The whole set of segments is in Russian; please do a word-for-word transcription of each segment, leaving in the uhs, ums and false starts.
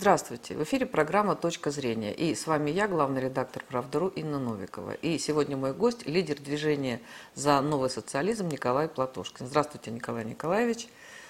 Здравствуйте! В эфире программа «Точка зрения». И с вами я, главный редактор «Правда.ру» Инна Новикова. И сегодня мой гость – лидер движения «За новый социализм» Николай Платошкин. Здравствуйте, Николай Николаевич.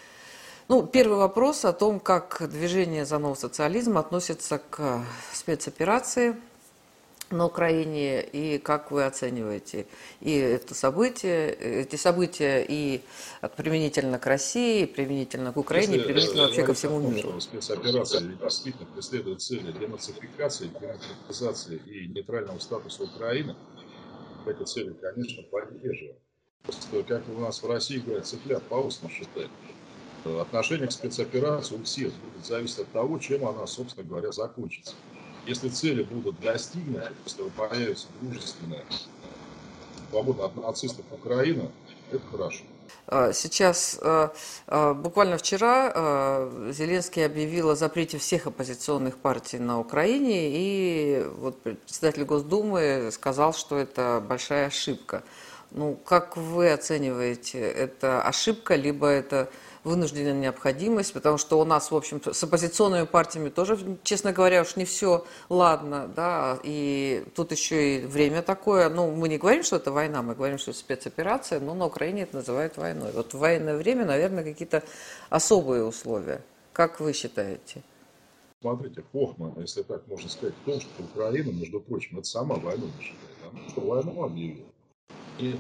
Ну, первый вопрос о том, как движение «За новый социализм» относится к спецоперации на Украине и как вы оцениваете и это событие, эти события и применительно к России, и применительно к Украине, и применительно вообще ко всему миру. Что спецоперация действительно преследует цели денацификации, демократизации и нейтрального статуса Украины. Эти цели, конечно, поддерживаем. Просто, как у нас в России говорят, цыплят по ус не считают. Отношение к спецоперации у всех будет зависеть от того, чем она, собственно говоря, закончится. Если цели будут достигнуты, если появится дружественная, свобода от нацистов Украины, это хорошо. Сейчас, буквально вчера, Зеленский объявил о запрете всех оппозиционных партий на Украине, и вот председатель Госдумы сказал, что это большая ошибка. Ну, как вы оцениваете, это ошибка, либо это вынужденная необходимость, потому что у нас, в общем, с оппозиционными партиями тоже, честно говоря, уж не все ладно, да, и тут еще и время такое, ну, мы не говорим, что это война, мы говорим, что это спецоперация, но на Украине это называют войной. Вот в военное время, наверное, какие-то особые условия. Как вы считаете? Смотрите, хохма, если так можно сказать, в том, что Украина, между прочим, это сама войну не считает, она что войну объявила. И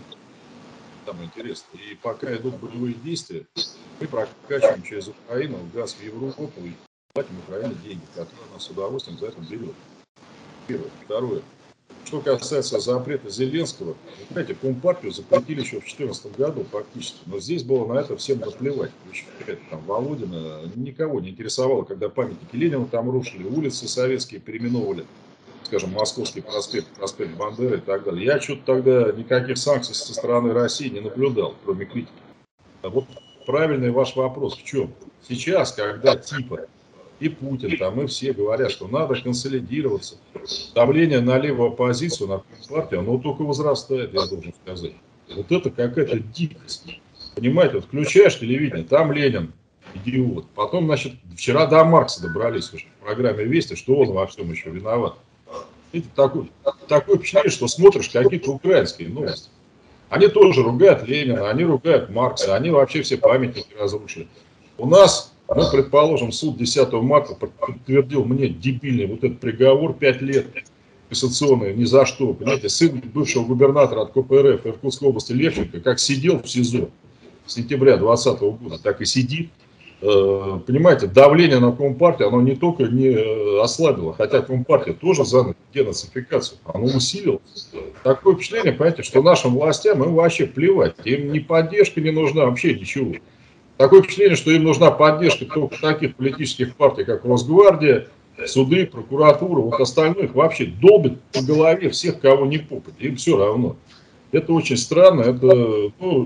самое интересное, и пока идут боевые действия, мы прокачиваем через Украину газ в Европу и платим Украине деньги, которые она с удовольствием за это берет. Первое. Второе. Что касается запрета Зеленского, вы знаете, Компартию запретили еще в две тысячи четырнадцатом году фактически, но здесь было на это всем наплевать. Там Володина никого не интересовало, когда памятники Ленина там рушили, улицы советские переименовывали, скажем, Московский проспект, проспект Бандеры и так далее. Я что-то тогда никаких санкций со стороны России не наблюдал, кроме критики. А вот правильный ваш вопрос в чем? Сейчас, когда типа и Путин, там, и все говорят, что надо консолидироваться, давление на левую оппозицию, на партию, оно только возрастает, я должен сказать. Вот это какая-то дикость. Понимаете, вот включаешь телевидение, там Ленин, идиот. Потом, значит, вчера до Маркса добрались уже в программе «Вести», что он во всем еще виноват. Это такое, такое впечатление, что смотришь какие-то украинские новости. Они тоже ругают Ленина, они ругают Маркса, они вообще все памятники разрушили. У нас, ну, предположим, суд десятого марта подтвердил мне дебильный вот этот приговор, пять лет кассационный, ни за что. Понимаете, сын бывшего губернатора от КПРФ Иркутской области Левченко, как сидел в СИЗО с сентября двадцатого года, так и сидит. Понимаете, давление на Компартию, оно не только не ослабило, хотя Компартия тоже за денацификацию, оно усилилось. Такое впечатление, понимаете, что нашим властям им вообще плевать, им ни поддержка не нужна, вообще ничего. Такое впечатление, что им нужна поддержка только таких политических партий, как Росгвардия, суды, прокуратура, вот остальных вообще долбит по голове всех, кого не попадет, им все равно. Это очень странно, это, ну,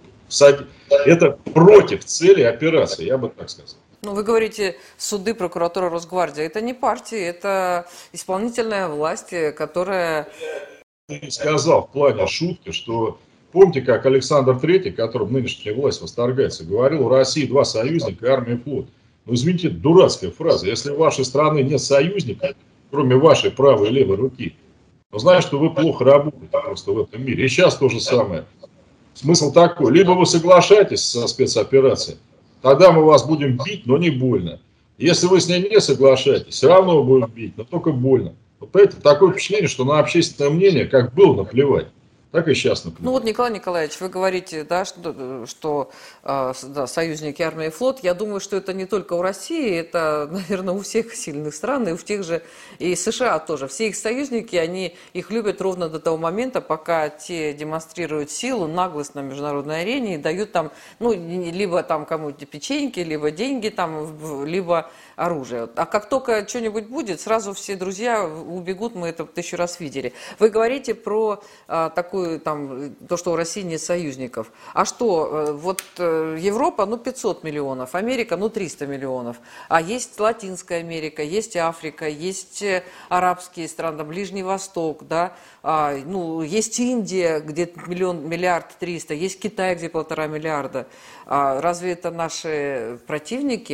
это против цели операции, я бы так сказал. Ну, вы говорите, суды, прокуратура, Росгвардия. Это не партии, это исполнительная власть, которая... Я сказал в плане шутки, что помните, как Александр Третий, которым нынешняя власть восторгается, говорил, у России два союзника, армия и флот. Ну, извините, дурацкая фраза. Если в вашей страны нет союзника, кроме вашей правой и левой руки, то значит, что вы плохо работаете просто в этом мире. И сейчас то же самое. Смысл такой, либо вы соглашаетесь со спецоперацией, тогда мы вас будем бить, но не больно. Если вы с ней не соглашаетесь, все равно будем бить, но только больно. Вот поэтому такое впечатление, что на общественное мнение, как было наплевать, так и сейчас наплевать. Ну вот, Николай Николаевич, вы говорите, да, что, что да, союзники армии и флот. Я думаю, что это не только у России, это, наверное, у всех сильных стран, и у тех же, и США тоже. Все их союзники, они их любят ровно до того момента, пока те демонстрируют силу, наглость на международной арене и дают там, ну, либо там кому-то печеньки, либо деньги, там, либо оружие. А как только что-нибудь будет, сразу все друзья убегут, мы это тысячу раз видели. Вы говорите про а, такую, там, то, что у России нет союзников. А что, вот Европа, ну, пятьсот миллионов, Америка, ну, триста миллионов. А есть Латинская Америка, есть Африка, есть арабские страны, Ближний Восток, да, а, ну, есть Индия, где миллион, миллиард триста, есть Китай, где полтора миллиарда. А разве это наши противники?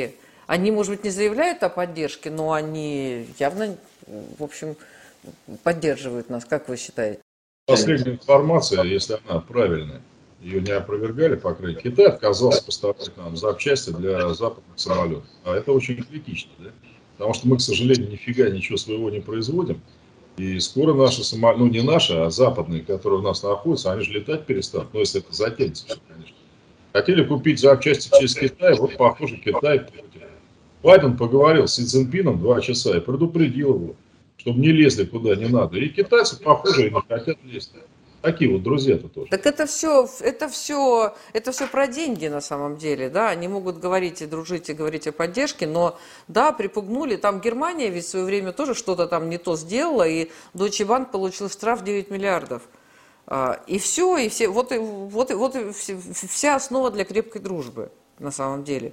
Они, может быть, не заявляют о поддержке, но они явно, в общем, поддерживают нас. Как вы считаете? Последняя информация, если она правильная, ее не опровергали, по крайней мере, Китай отказался поставлять нам запчасти для западных самолетов. А это очень критично, да? Потому что мы, к сожалению, нифига ничего своего не производим. И скоро наши самолеты, ну не наши, а западные, которые у нас находятся, они же летать перестанут. Ну, если это затянется, конечно. Хотели купить запчасти через Китай, вот, похоже, Китай против. Байден поговорил с Си Цзиньпином два часа и предупредил его, чтобы не лезли куда не надо. И китайцы, похоже, и не хотят лезть. Такие вот друзья-то тоже. Так это все, это все, это все про деньги на самом деле, да, они могут говорить и дружить, и говорить о поддержке, но, да, припугнули, там Германия ведь в свое время тоже что-то там не то сделала, и Deutsche Bank получил штраф девять миллиардов. И все, и все, вот, вот, вот вся основа для крепкой дружбы на самом деле.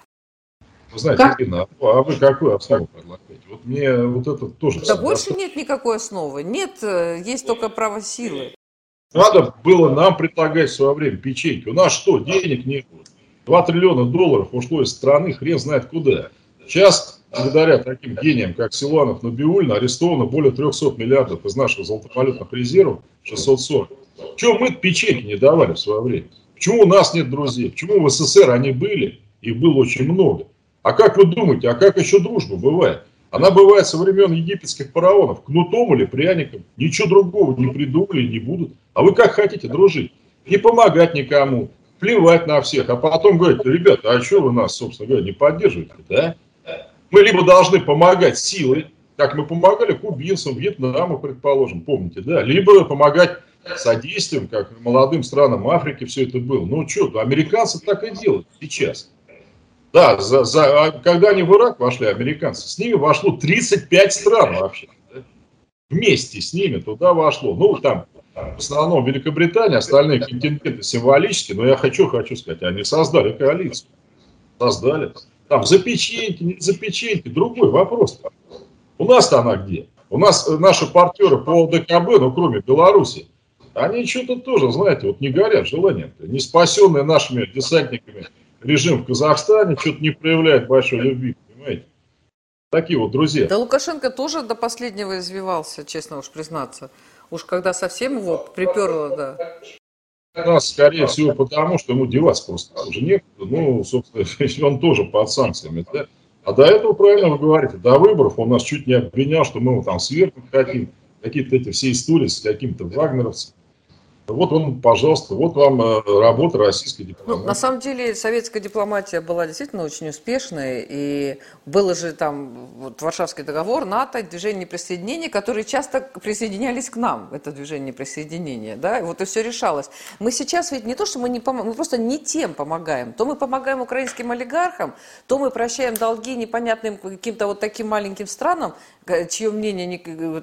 Вы знаете, Ирина, а вы какую основу предлагаете? Вот мне вот это тоже... Да больше достаточно. Нет никакой основы, нет, есть только право силы. Надо было нам предлагать в свое время печеньки. У нас что, денег не было? два триллиона долларов ушло из страны, хрен знает куда. Сейчас, благодаря таким гениям, как Силуанов, Набиуллина, арестовано более трехсот миллиардов из наших золотовалютных резервов, шестьсот сорок. Чего мы печеньки не давали в свое время? Почему у нас нет друзей? Почему в СССР они были? Их было очень много. А как вы думаете, а как еще дружба бывает? Она бывает со времен египетских фараонов. Кнутом или пряником. Ничего другого не придумали и не будут. А вы как хотите дружить? Не помогать никому, плевать на всех. А потом говорить, ребята, а что вы нас, собственно говоря, не поддерживаете? Да? Мы либо должны помогать силой, как мы помогали кубинцам, Вьетнаму, предположим, помните, да? Либо помогать содействием, как молодым странам Африки все это было. Ну что, американцы так и делают сейчас. Да, за, за, когда они в Ирак вошли, американцы, с ними вошло тридцать пять стран вообще. Да? Вместе с ними туда вошло. Ну, там, в основном Великобритания, остальные континенты символические, но я хочу, хочу сказать, они создали коалицию. Создали. Там за печеньки, не за печеньки, другой вопрос. У нас-то она где? У нас наши партнеры по ДКБ, ну, кроме Беларуси, они что-то тоже, знаете, вот не горят желанием. Не спасенные нашими десантниками режим в Казахстане что-то не проявляет большой любви, понимаете? Такие вот друзья. Да Лукашенко тоже до последнего извивался, честно уж признаться. Уж когда совсем его приперло, да. У нас, скорее всего, потому что ему деваться просто уже некуда. Ну, собственно, он тоже под санкциями, да? А до этого, правильно вы говорите, до выборов он нас чуть не обвинял, что мы его там свергнуть хотим. Какие-то эти все истории с какими-то вагнеровцами. Вот он, пожалуйста, вот вам работа российской дипломатии. Ну, на самом деле, советская дипломатия была действительно очень успешной, и было же там вот, Варшавский договор, НАТО, движение неприсоединения, которые часто присоединялись к нам, это движение неприсоединения, да, и вот и все решалось. Мы сейчас ведь не то, что мы не помогаем, мы просто не тем помогаем. То мы помогаем украинским олигархам, то мы прощаем долги непонятным каким-то вот таким маленьким странам, чье мнение,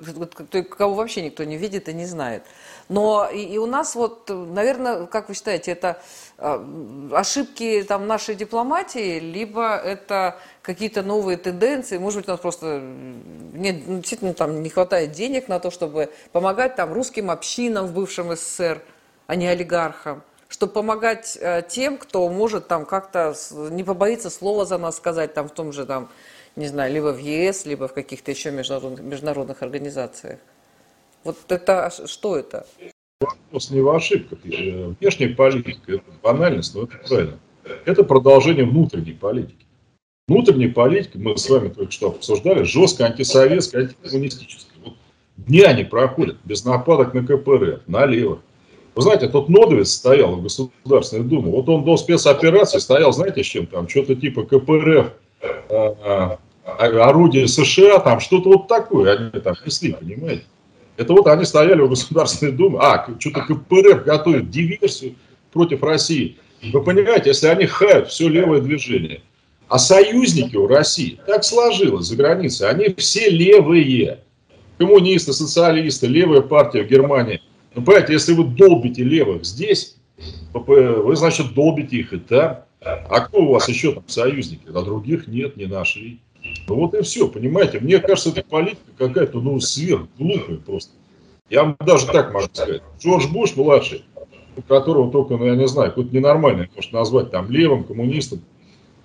кого вообще никто не видит и не знает. Но и, и у нас вот, наверное, как вы считаете, это э, ошибки там, нашей дипломатии, либо это какие-то новые тенденции, может быть, у нас просто нет, действительно там не хватает денег на то, чтобы помогать там русским общинам в бывшем СССР, а не олигархам, чтобы помогать э, тем, кто может там как-то не побоится слова за нас сказать там в том же там, не знаю, либо в ЕС, либо в каких-то еще международных, международных организациях. Вот это, что это? Вопрос не в ошибках. Внешняя политика – это банальность, но это правильно. Это продолжение внутренней политики. Внутренняя политика, мы с вами только что обсуждали, жестко антисоветская, антикоммунистическая. Вот дня не проходят без нападок на ка пэ эр эф, на левых. Вы знаете, тот Нодовец стоял в Государственной Думе, вот он до спецоперации стоял, знаете, с чем там, что-то типа ка пэ эр эф, а, а, орудие США, там что-то вот такое они там несли, понимаете? Это вот они стояли в Государственной Думе, а, что-то ка пэ эр эф готовит диверсию против России. Вы понимаете, если они хают все левое движение, а союзники у России, так сложилось за границей, они все левые. Коммунисты, социалисты, левая партия в Германии. Ну, понимаете, если вы долбите левых здесь, вы, значит, долбите их и там. А кто у вас еще там союзники? А других нет, не нашли. Ну вот и все, понимаете. Мне кажется, эта политика какая-то, ну, сверхглупая просто. Я вам даже так могу сказать. Джордж Буш младший, у которого только, ну, я не знаю, какой-то ненормальный, может назвать там левым, коммунистом.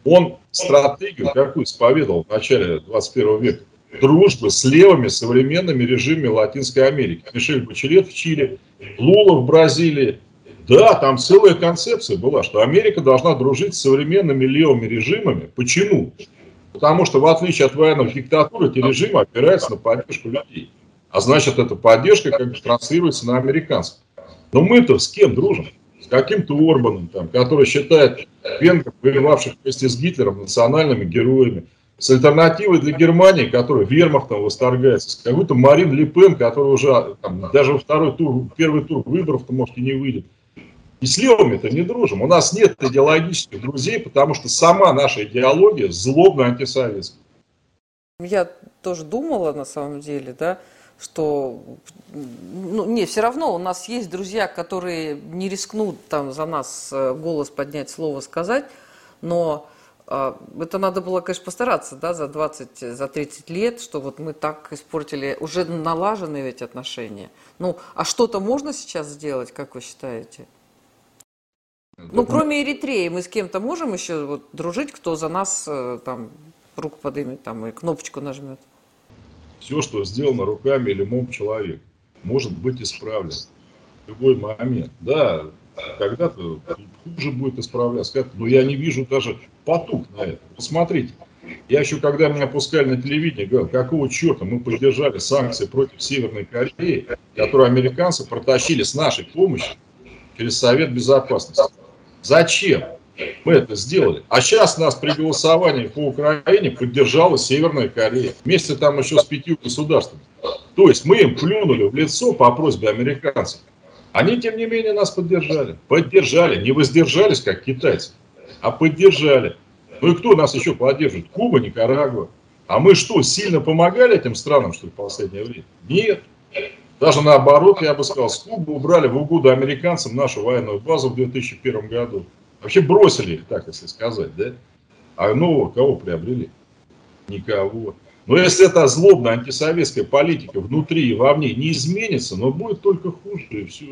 Он стратегию какую исповедовал в начале двадцать первого века? Дружбы с левыми современными режимами Латинской Америки. Мишель Бачелет в Чили, Лула в Бразилии. Да, там целая концепция была, что Америка должна дружить с современными левыми режимами. Почему? Потому что, в отличие от военных диктатур, эти режимы опираются на поддержку людей. А значит, эта поддержка как бы транслируется на американцев. Но мы-то с кем дружим? С каким-то Орбаном, там, который считает венгров, воевавших вместе с Гитлером, национальными героями. С альтернативой для Германии, которая вермахтом восторгается. С какой-то Марин Ле Пен, который уже там, даже во второй тур, первый тур выборов-то, может, и не выйдет. И с левыми-то не дружим. У нас нет идеологических друзей, потому что сама наша идеология злобно антисоветская. Я тоже думала, на самом деле, да, что, ну, не, все равно у нас есть друзья, которые не рискнут там за нас голос поднять, слово сказать, но э, это надо было, конечно, постараться, да, за двадцать, за тридцать лет, что вот мы так испортили, уже налажены ведь отношения. Ну, а что-то можно сейчас сделать, как вы считаете? Ну, кроме Эритреи, мы с кем-то можем еще вот дружить, кто за нас там руку поднимет там и кнопочку нажмет? Все, что сделано руками или умом человека, может быть исправлено в любой момент. Да, когда-то хуже будет исправляться, но я не вижу даже потуг на это. Посмотрите, я еще когда меня пускали на телевидение, говорил, какого черта мы поддержали санкции против Северной Кореи, которые американцы протащили с нашей помощью через Совет Безопасности. Зачем мы это сделали? А сейчас нас при голосовании по Украине поддержала Северная Корея. Вместе там еще с пятью государствами. То есть мы им плюнули в лицо по просьбе американцев. Они, тем не менее, нас поддержали. Поддержали. Не воздержались, как китайцы, а поддержали. Ну и кто нас еще поддерживает? Куба, Никарагуа. А мы что, сильно помогали этим странам, что ли, в последнее время? Нет. Даже наоборот, я бы сказал, с Кубы убрали в угоду американцам нашу военную базу в две тысячи первом году. Вообще бросили их, так если сказать, да? А нового кого приобрели? Никого. Но если эта злобная антисоветская политика внутри и вовне не изменится, но будет только хуже, и все.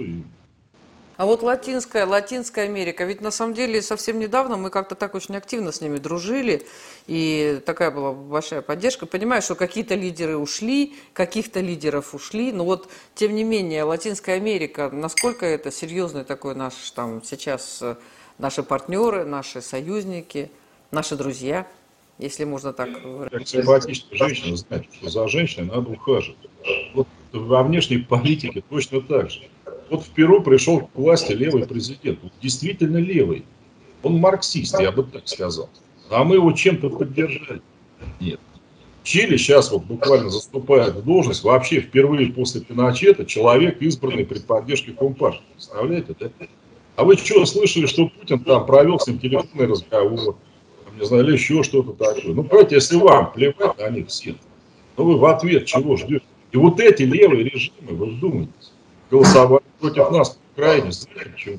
А вот Латинская, Латинская Америка, ведь на самом деле совсем недавно мы как-то так очень активно с ними дружили, и такая была большая поддержка. Понимаю, что какие-то лидеры ушли, каких-то лидеров ушли, но вот тем не менее Латинская Америка, насколько это серьезный такой наш там сейчас, наши партнеры, наши союзники, наши друзья, если можно так выразить. Как симпатичная женщина знает, что за женщиной надо ухаживать. Вот во внешней политике точно так же. Вот в Перу пришел к власти левый президент. Он действительно левый. Он марксист, я бы так сказал. А мы его чем-то поддержали. Нет. Чили сейчас вот буквально заступает в должность. Вообще впервые после Пиночета человек, избранный при поддержке Компартии. Представляете, да? А вы что, слышали, что Путин там провел с ним телефонный разговор? Не знаю, или еще что-то такое. Ну, понимаете, если вам плевать на них всех, ну вы в ответ чего ждете? И вот эти левые режимы, вы вдумайтесь, голосовали против нас в Украине. Знаете почему?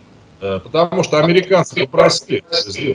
Потому что американцы попросили это сделать.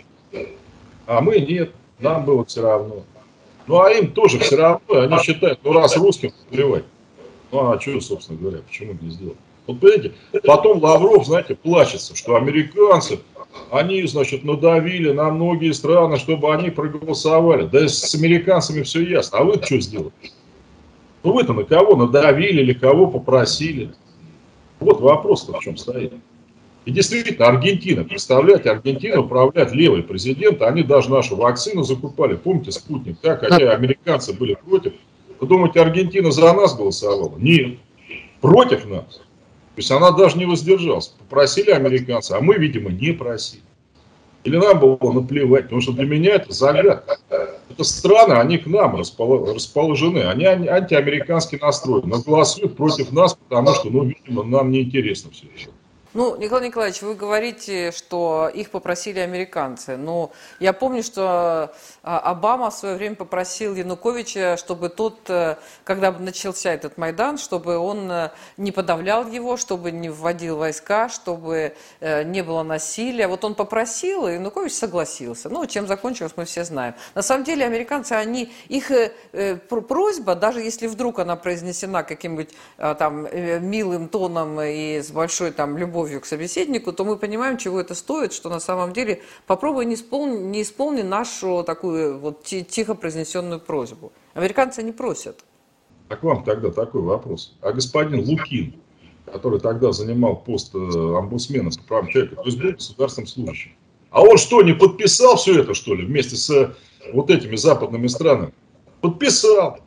А мы нет, нам было все равно. Ну, а им тоже все равно. Они считают, ну, раз русским плевать. Ну, а что, собственно говоря, почему не сделать? Вот, понимаете, потом Лавров, знаете, плачется, что американцы, они, значит, надавили на многие страны, чтобы они проголосовали. Да с американцами все ясно. А вы что сделали? Ну, вы-то на кого надавили или кого попросили? Вот вопрос-то в чем стоит. И действительно, Аргентина, представляете, Аргентина управляет левый президент, они даже нашу вакцину закупали, помните, спутник, да, хотя американцы были против. Вы думаете, Аргентина за нас голосовала? Нет, против нас. То есть она даже не воздержалась. Попросили американцы, а мы, видимо, не просили. Или нам было наплевать, потому что для меня это загадка. Это страны, они к нам расположены, они антиамерикански настроены, но голосуют против нас, потому что, ну, видимо, нам неинтересно все это. Ну, Николай Николаевич, вы говорите, что их попросили американцы. Но я помню, что Обама в свое время попросил Януковича, чтобы тот, когда начался этот Майдан, чтобы он не подавлял его, чтобы не вводил войска, чтобы не было насилия. Вот он попросил, и Янукович согласился. Ну, чем закончилось, мы все знаем. На самом деле, американцы, они, их просьба, даже если вдруг она произнесена каким-нибудь там милым тоном и с большой там любовью любовью к собеседнику, то мы понимаем, чего это стоит, что на самом деле попробуй не исполни, не исполни нашу такую вот тихо произнесенную просьбу. Американцы не просят. А к вам тогда такой вопрос. А господин Лукин, который тогда занимал пост омбудсмена по правам человека, то есть был государственным служащим, а он что, не подписал все это, что ли, вместе с вот этими западными странами? Подписал.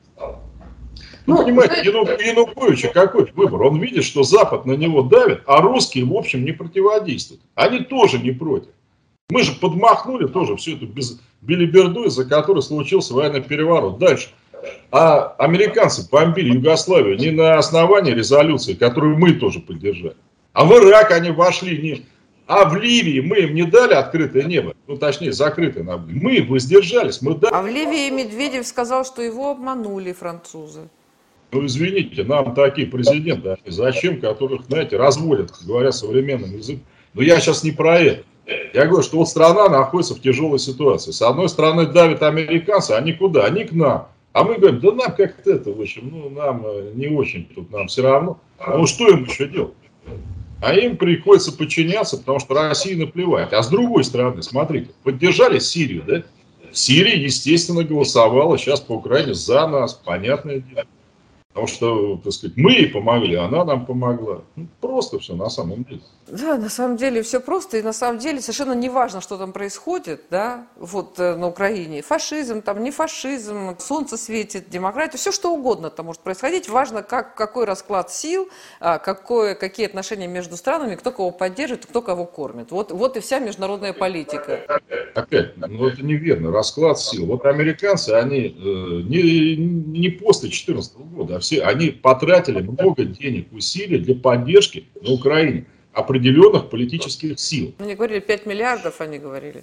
Ну, ну понимаете, Яну, Януковича какой выбор? Он видит, что Запад на него давит, а русские, в общем, не противодействуют. Они тоже не против. Мы же подмахнули тоже всю эту без, белиберду, из-за которой случился военный переворот. Дальше. А американцы бомбили Югославию не на основании резолюции, которую мы тоже поддержали. А в Ирак они вошли не... А в Ливии мы им не дали открытое небо, ну точнее закрытое. Мы воздержались. Мы дали... А в Ливии Медведев сказал, что его обманули французы. Ну, извините, нам такие президенты, зачем, которых, знаете, разводят, говоря современным языком. Но я сейчас не про это. Я говорю, что вот страна находится в тяжелой ситуации. С одной стороны давят американцы, они куда? Они к нам. А мы говорим, да нам как-то это, в общем, ну, нам не очень, тут нам все равно. Ну, что им еще делать? А им приходится подчиняться, потому что России наплевать. А с другой стороны, смотрите, поддержали Сирию, да? Сирия, естественно, голосовала сейчас по Украине за нас, понятное дело. Потому что, так сказать, мы ей помогли, она нам помогла. Ну, просто все на самом деле. Да, на самом деле все просто. И на самом деле совершенно не важно, что там происходит, да, вот э, на Украине. Фашизм, там не фашизм, солнце светит, демократия, все что угодно там может происходить. Важно, как, какой расклад сил, а, какое, какие отношения между странами, кто кого поддерживает, кто кого кормит. Вот, вот и вся международная политика. Опять, ну это неверно, расклад сил. Вот американцы, они э, не, не после две тысячи четырнадцатого года, а все, они потратили много денег, усилий для поддержки на Украине определенных политических сил. Они говорили, пять миллиардов, они говорили.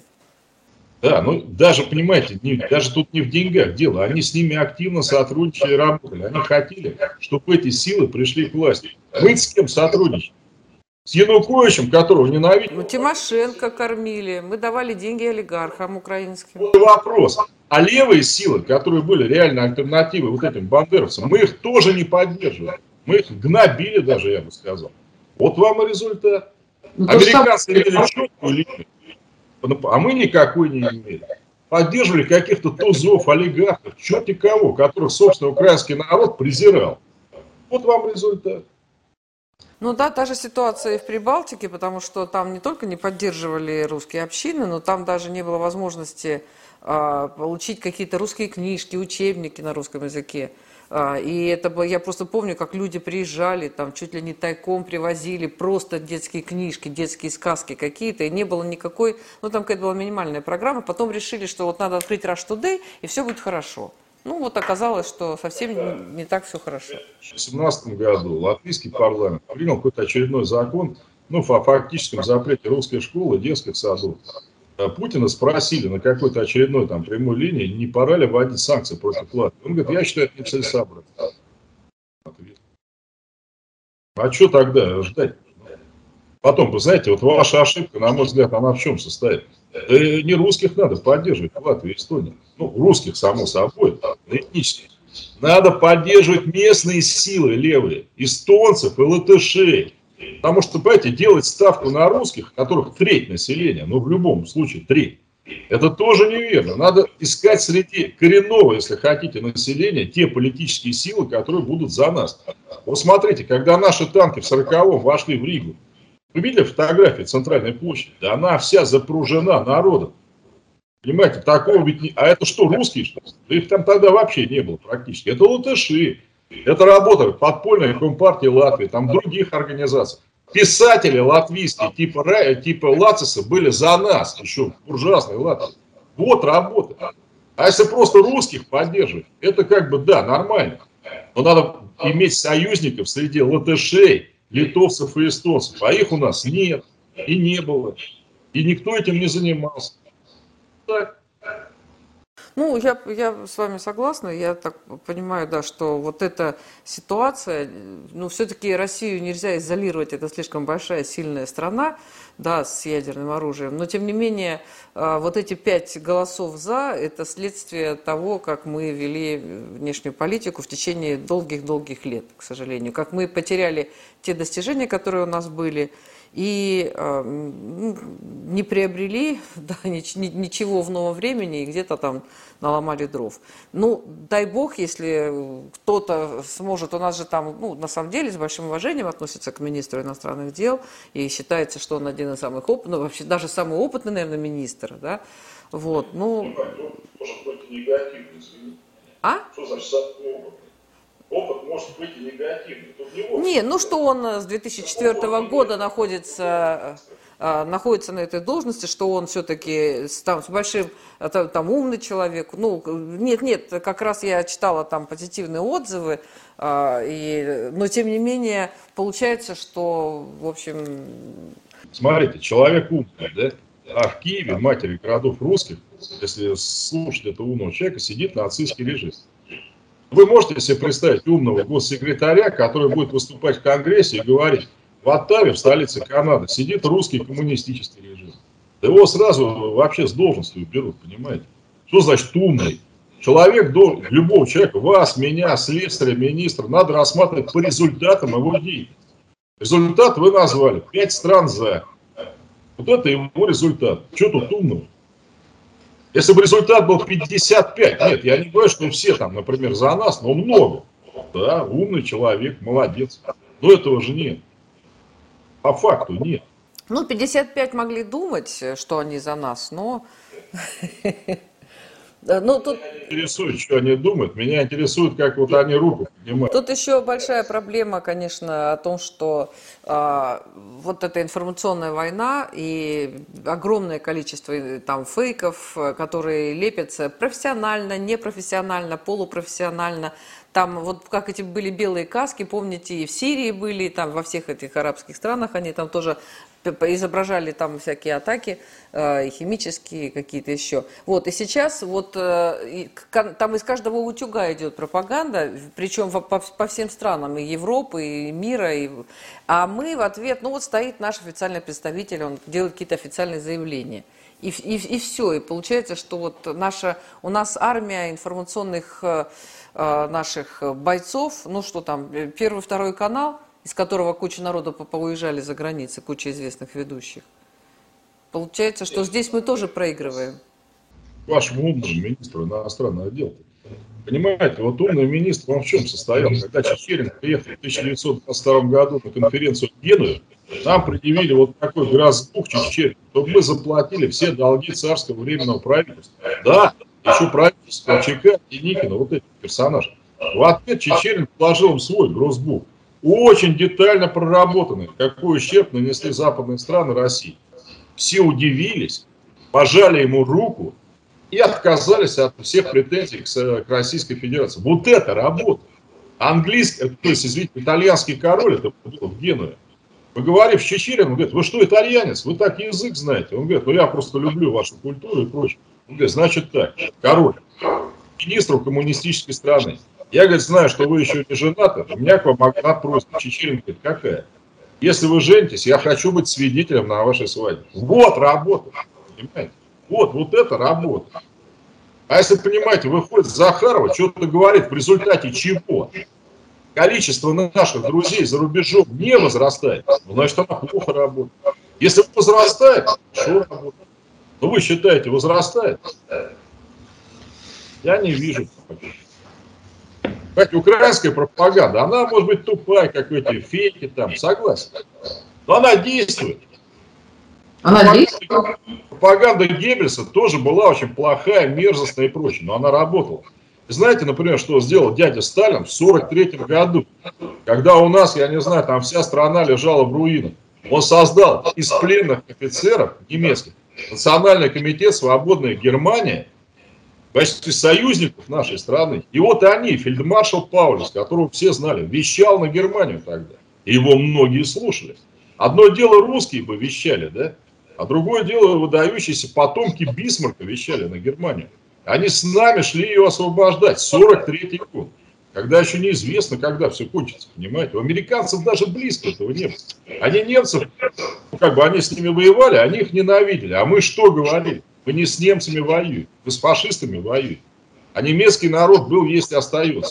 Да, ну даже, понимаете, не, даже тут не в деньгах дело. Они с ними активно сотрудничали и работали. Они хотели, чтобы эти силы пришли к власти. Мы с кем сотрудничаем? С Януковичем, которого ненавидим. Ну, Тимошенко кормили, мы давали деньги олигархам украинским. Вопрос. А левые силы, которые были реально альтернативой вот этим бандеровцам, мы их тоже не поддерживали. Мы их гнобили даже, я бы сказал. Вот вам и результат. Ну, американцы имели четкую линию, а мы никакой не имели. Поддерживали каких-то тузов, олигархов, черти кого, которых, собственно, украинский народ презирал. Вот вам результат. Ну да, та же ситуация и в Прибалтике, потому что там не только не поддерживали русские общины, но там даже не было возможности а, получить какие-то русские книжки, учебники на русском языке. А, и это было, я просто помню, как люди приезжали, там чуть ли не тайком привозили просто детские книжки, детские сказки какие-то, и не было никакой, ну там какая-то была минимальная программа, потом решили, что вот надо открыть Rush Today, и все будет хорошо. Ну вот оказалось, что совсем не так все хорошо. В две тысячи семнадцатом году латвийский парламент принял какой-то очередной закон, ну, о фактическом запрете русской школы, детских садов. Путина спросили на какой-то очередной там прямой линии, не пора ли вводить санкции против Латвии. Он говорит, я считаю, это нецелесообразно. А что тогда ждать? Потом, вы знаете, вот ваша ошибка, на мой взгляд, она в чем состоит? Да не русских надо поддерживать в Латвии и Эстонии. Ну, русских, само собой, этнических. Надо поддерживать местные силы левые, эстонцев и латышей. Потому что, понимаете, делать ставку на русских, которых треть населения, ну, в любом случае треть, это тоже неверно. Надо искать среди коренного, если хотите, населения те политические силы, которые будут за нас. Вот смотрите, когда наши танки в сороковом вошли в Ригу, вы видели фотографии центральной площади? Да она вся запружена народом. Понимаете, такого ведь не... А это что, русские, что ли? Да их там тогда вообще не было практически. Это латыши. Это работа подпольной компартии Латвии, там других организаций. Писатели латвийские, типа, типа Лациса, были за нас, еще в буржуазной Латвии. Вот работа. А если просто русских поддерживать, это как бы, да, нормально. Но надо иметь союзников среди латышей, литовцев и эстонцев. А их у нас нет, и не было. И никто этим не занимался. Так. Ну, я, я с вами согласна, я так понимаю, да, что вот эта ситуация, ну, все-таки Россию нельзя изолировать, это слишком большая, сильная страна, да, с ядерным оружием, но, тем не менее, вот эти пять голосов «за» – это следствие того, как мы вели внешнюю политику в течение долгих-долгих лет, к сожалению, как мы потеряли те достижения, которые у нас были, и э, не приобрели да, ничего в новом времени и где-то там наломали дров. Ну, дай бог, если кто-то сможет, у нас же там, ну, на самом деле, с большим уважением относятся к министру иностранных дел, и считается, что он один из самых опытных, ну, вообще даже самый опытный, наверное, министр, да, вот, ну... Может быть негативный, извините. А? Что значит самый опытный? Опыт может быть и негативный. Тут не, не, ну что он с две тысячи четвёртого года находится, находится на этой должности, что он все-таки там с большим, там умный человек. Ну, нет, нет, как раз я читала там позитивные отзывы, и, но тем не менее получается, что, в общем... Смотрите, человек умный, да? А в Киеве, матери городов русских, если слушать этого умного человека, сидит нацистский режим. Вы можете себе представить умного госсекретаря, который будет выступать в Конгрессе и говорить: в Оттаве, в столице Канады, сидит русский коммунистический режим. Да его сразу вообще с должности уберут, понимаете? Что значит умный? Человек, любого человека, вас, меня, слесаря, министра, надо рассматривать по результатам его деятельности. Результат вы назвали. Пять стран за. Вот это его результат. Что тут умного? Если бы результат был пятьдесят пять, нет, я не говорю, что все там, например, за нас, но много. Да, умный человек, молодец. Но этого же нет. По факту нет. Ну, пятьдесят пять могли думать, что они за нас, но... Ну, тут... Меня не интересует, что они думают. Меня интересует, как вот они руку поднимают. Тут еще большая проблема, конечно, о том, что э, вот эта информационная война и огромное количество там фейков, которые лепятся профессионально, непрофессионально, полупрофессионально. Там вот как эти были белые каски, помните, и в Сирии были, там во всех этих арабских странах они там тоже изображали там всякие атаки, э, химические какие-то еще. Вот, и сейчас вот э, и, там из каждого утюга идет пропаганда, причем по, по всем странам, и Европы, и мира. И, а мы в ответ, ну вот стоит наш официальный представитель, он делает какие-то официальные заявления. И, и, и все, и получается, что вот наша, у нас армия информационных э, наших бойцов, ну что там, первый, второй канал, из которого куча народу поуезжали за границей, куча известных ведущих. Получается, что здесь мы тоже проигрываем. Вашему умному министру иностранных дел. Понимаете, вот умный министр, он в чем состоял? Когда Чечерин приехал в тысяча девятьсот двадцать втором году на конференцию в Геную, нам предъявили вот такой грозбух Чечерин, чтобы мы заплатили все долги царского временного правительства. Да, еще правительство ЧК и Никина, вот эти персонажи. В ответ Чечерин положил им свой грозбух. Очень детально проработанный, какой ущерб нанесли западные страны России. Все удивились, пожали ему руку и отказались от всех претензий к Российской Федерации. Вот это работа. Английский, то есть, извините, итальянский король, это был в Генуе. Поговорив с Чечериным, он говорит: вы что, итальянец? Вы так язык знаете? Он говорит: ну я просто люблю вашу культуру и прочее. Он говорит: значит так, король, министр коммунистической страны. Я, говорит, знаю, что вы еще не женаты, у меня к вам одна просьба. Чечерин говорит: какая? Если вы женитесь, я хочу быть свидетелем на вашей свадьбе. Вот работа, понимаете? Вот, вот это работа. А если, понимаете, выходит Захарова, что-то говорит, в результате чего количество наших друзей за рубежом не возрастает, значит, она плохо работает. Если возрастает, что работает? Ну, вы считаете, возрастает? Я не вижу. Кстати, украинская пропаганда, она может быть тупая, как эти фейки там, согласен. Но она действует. Она пропаганда, действует. Пропаганда Геббельса тоже была очень плохая, мерзостная и прочее, но она работала. Знаете, например, что сделал дядя Сталин в сорок третьем году, когда у нас, я не знаю, там вся страна лежала в руинах. Он создал из пленных офицеров немецких Национальный комитет «Свободная Германия», в качестве союзников нашей страны. И вот они, фельдмаршал Паулюс, которого все знали, вещал на Германию тогда. И его многие слушали. Одно дело русские бы вещали, да? А другое дело выдающиеся потомки Бисмарка вещали на Германию. Они с нами шли ее освобождать. сорок третий год. Когда еще неизвестно, когда все кончится, понимаете? У американцев даже близко этого не было. Они немцев, как бы они с ними воевали, они их ненавидели. А мы что говорили? Вы не с немцами воюете, вы с фашистами воюете. А немецкий народ был, есть и остается.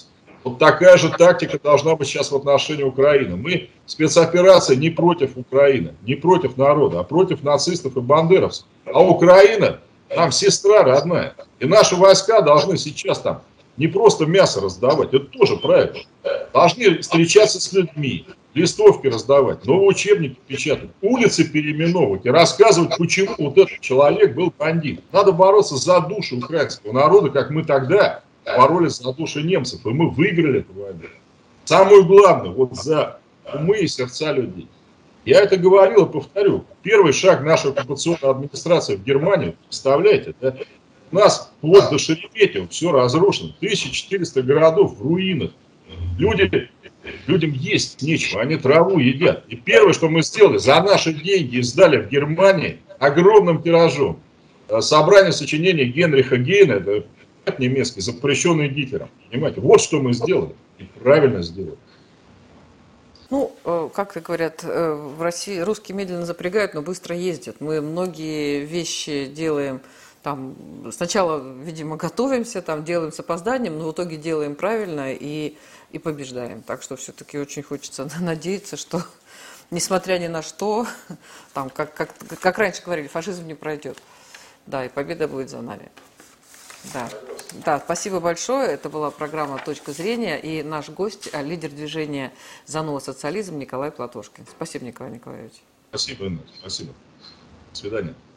Вот такая же тактика должна быть сейчас в отношении Украины. Мы спецоперация не против Украины, не против народа, а против нацистов и бандеровцев. А Украина нам сестра родная. И наши войска должны сейчас там не просто мясо раздавать, это тоже правильно. Должны встречаться с людьми, листовки раздавать, новые учебники печатать, улицы переименовывать и рассказывать, почему вот этот человек был бандит. Надо бороться за душу украинского народа, как мы тогда боролись за души немцев, и мы выиграли эту войну. Самое главное, вот за умы и сердца людей. Я это говорил и повторю. Первый шаг нашей оккупационной администрации в Германии, представляете, да? У нас вплоть до Шереметьево все разрушено. тысяча четыреста городов в руинах. Люди, людям есть нечего, они траву едят. И первое, что мы сделали, за наши деньги издали в Германии огромным тиражом собрание сочинений Генриха Гейна, это немецкий, запрещенный Гитлером. Понимаете, вот что мы сделали. И правильно сделали. Ну, как говорят, в России русские медленно запрягают, но быстро ездят. Мы многие вещи делаем, там, сначала, видимо, готовимся, там, делаем с опозданием, но в итоге делаем правильно и, и побеждаем. Так что все-таки очень хочется надеяться, что, несмотря ни на что, там, как, как, как раньше говорили, фашизм не пройдет. Да, и победа будет за нами. Да. Да, спасибо большое. Это была программа «Точка зрения» и наш гость, лидер движения «За новый социализм» Николай Платошкин. Спасибо, Николай Николаевич. Спасибо, Инна. Спасибо. До свидания.